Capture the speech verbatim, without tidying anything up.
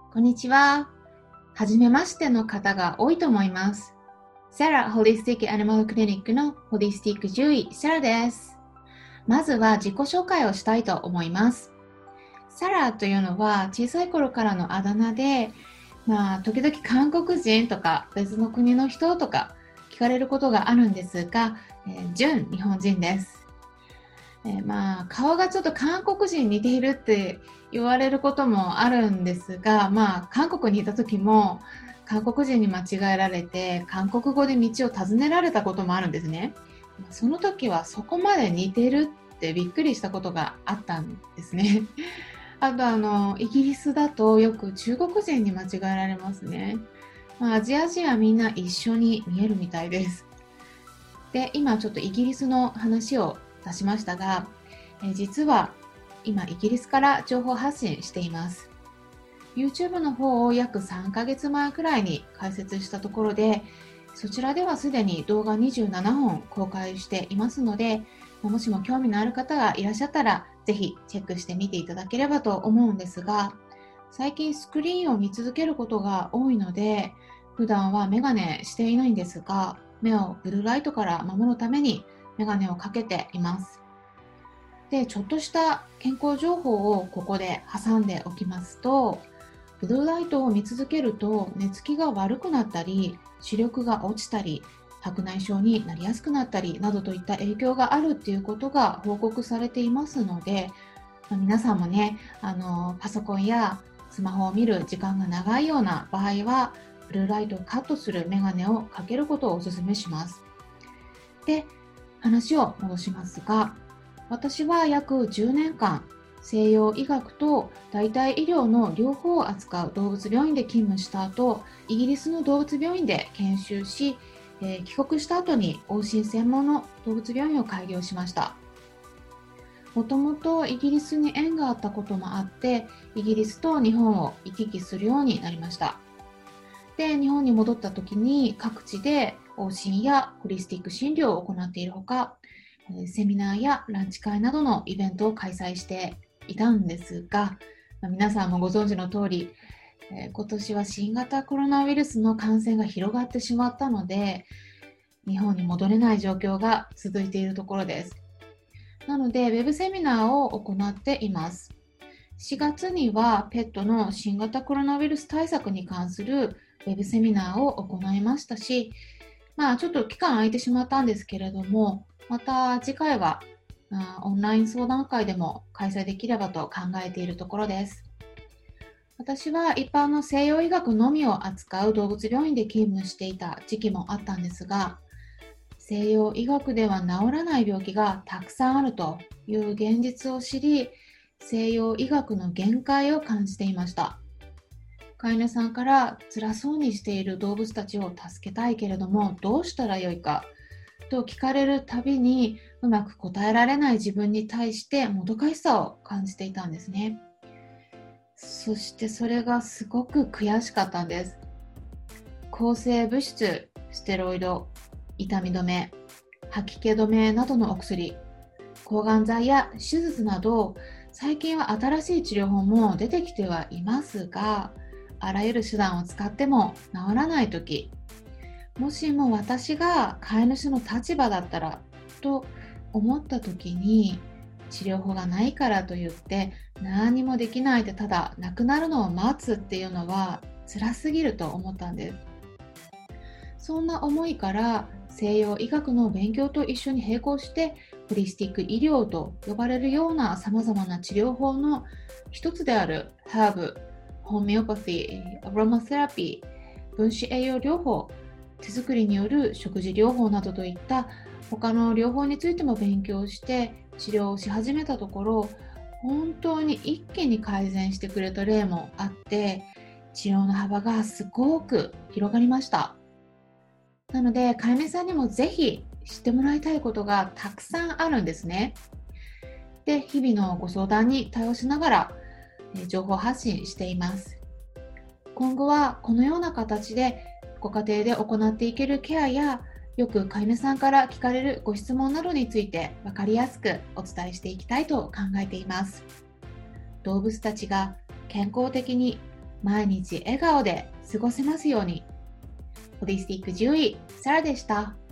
こんにちは。はじめましての方が多いと思います。サラホリスティックアニマルクリニックのホリスティック獣医サラです。まずは自己紹介をしたいと思います。サラというのは小さい頃からのあだ名で、まあ時々韓国人とか別の国の人とか聞かれることがあるんですが、えー、純日本人です。えー、まあ顔がちょっと韓国人に似ているって言われることもあるんですが、まあ韓国にいた時も韓国人に間違えられて韓国語で道を尋ねられたこともあるんですね。その時はそこまで似てるってびっくりしたことがあったんですね。あとあのイギリスだとよく中国人に間違えられますね。まあ、アジア人はみんな一緒に見えるみたいです。で、今ちょっとイギリスの話を出しましたが、え実は今イギリスから情報発信しています。YouTube の方を約さんかげつまえくらいに開設したところで、そちらではすでに動画にじゅうななほん公開していますので、もしも興味のある方がいらっしゃったら、ぜひチェックしてみていただければと思うんですが、最近スクリーンを見続けることが多いので、普段はメガネしていないんですが、目をブルーライトから守るためにメガネをかけています。で、ちょっとした健康情報をここで挟んでおきますと、ブルーライトを見続けると寝つきが悪くなったり、視力が落ちたり、白内障になりやすくなったりなどといった影響があるっていうことが報告されていますので、まあ、皆さんもね、あのパソコンやスマホを見る時間が長いような場合は、ブルーライトをカットするメガネをかけることをお勧めします。で、話を戻しますが、私は約じゅうねんかん西洋医学と代替医療の両方を扱う動物病院で勤務した後、イギリスの動物病院で研修し、えー、帰国した後に往診専門の動物病院を開業しました。もともとイギリスに縁があったこともあって、イギリスと日本を行き来するようになりました。で、日本に戻った時に各地で往診やホリスティック診療を行っているほか、セミナーやランチ会などのイベントを開催していたんですが、皆さんもご存知の通り、今年は新型コロナウイルスの感染が広がってしまったので、日本に戻れない状況が続いているところです。なので、ウェブセミナーを行っています。しがつにはペットの新型コロナウイルス対策に関するウェブセミナーを行いましたし、まあちょっと期間空いてしまったんですけれども、また次回はオンライン相談会でも開催できればと考えているところです。私は一般の西洋医学のみを扱う動物病院で勤務していた時期もあったんですが、西洋医学では治らない病気がたくさんあるという現実を知り、西洋医学の限界を感じていました。飼い主さんから辛そうにしている動物たちを助けたいけれどもどうしたらよいかと聞かれるたびにうまく答えられない自分に対してもどかしさを感じていたんですね。そしてそれがすごく悔しかったんです。抗生物質、ステロイド、痛み止め、吐き気止めなどのお薬、抗がん剤や手術など最近は新しい治療法も出てきてはいますが、あらゆる手段を使っても治らないとき、もしも私が飼い主の立場だったらと思ったときに、治療法がないからといって何もできないでただ亡くなるのを待つっていうのは辛すぎると思ったんです。そんな思いから西洋医学の勉強と一緒に並行してホリスティック医療と呼ばれるようなさまざまな治療法の一つであるハーブ、ホメオパシー、アロマセラピー、分子栄養療法、手作りによる食事療法などといった他の療法についても勉強して治療をし始めたところ、本当に一気に改善してくれた例もあって、治療の幅がすごく広がりました。なので飼い主さんにもぜひ知ってもらいたいことがたくさんあるんですね。で、日々のご相談に対応しながら情報発信しています。今後はこのような形でご家庭で行っていけるケアや、よく飼い主さんから聞かれるご質問などについて分かりやすくお伝えしていきたいと考えています。動物たちが健康的に毎日笑顔で過ごせますように。ホリスティック獣医、サラでした。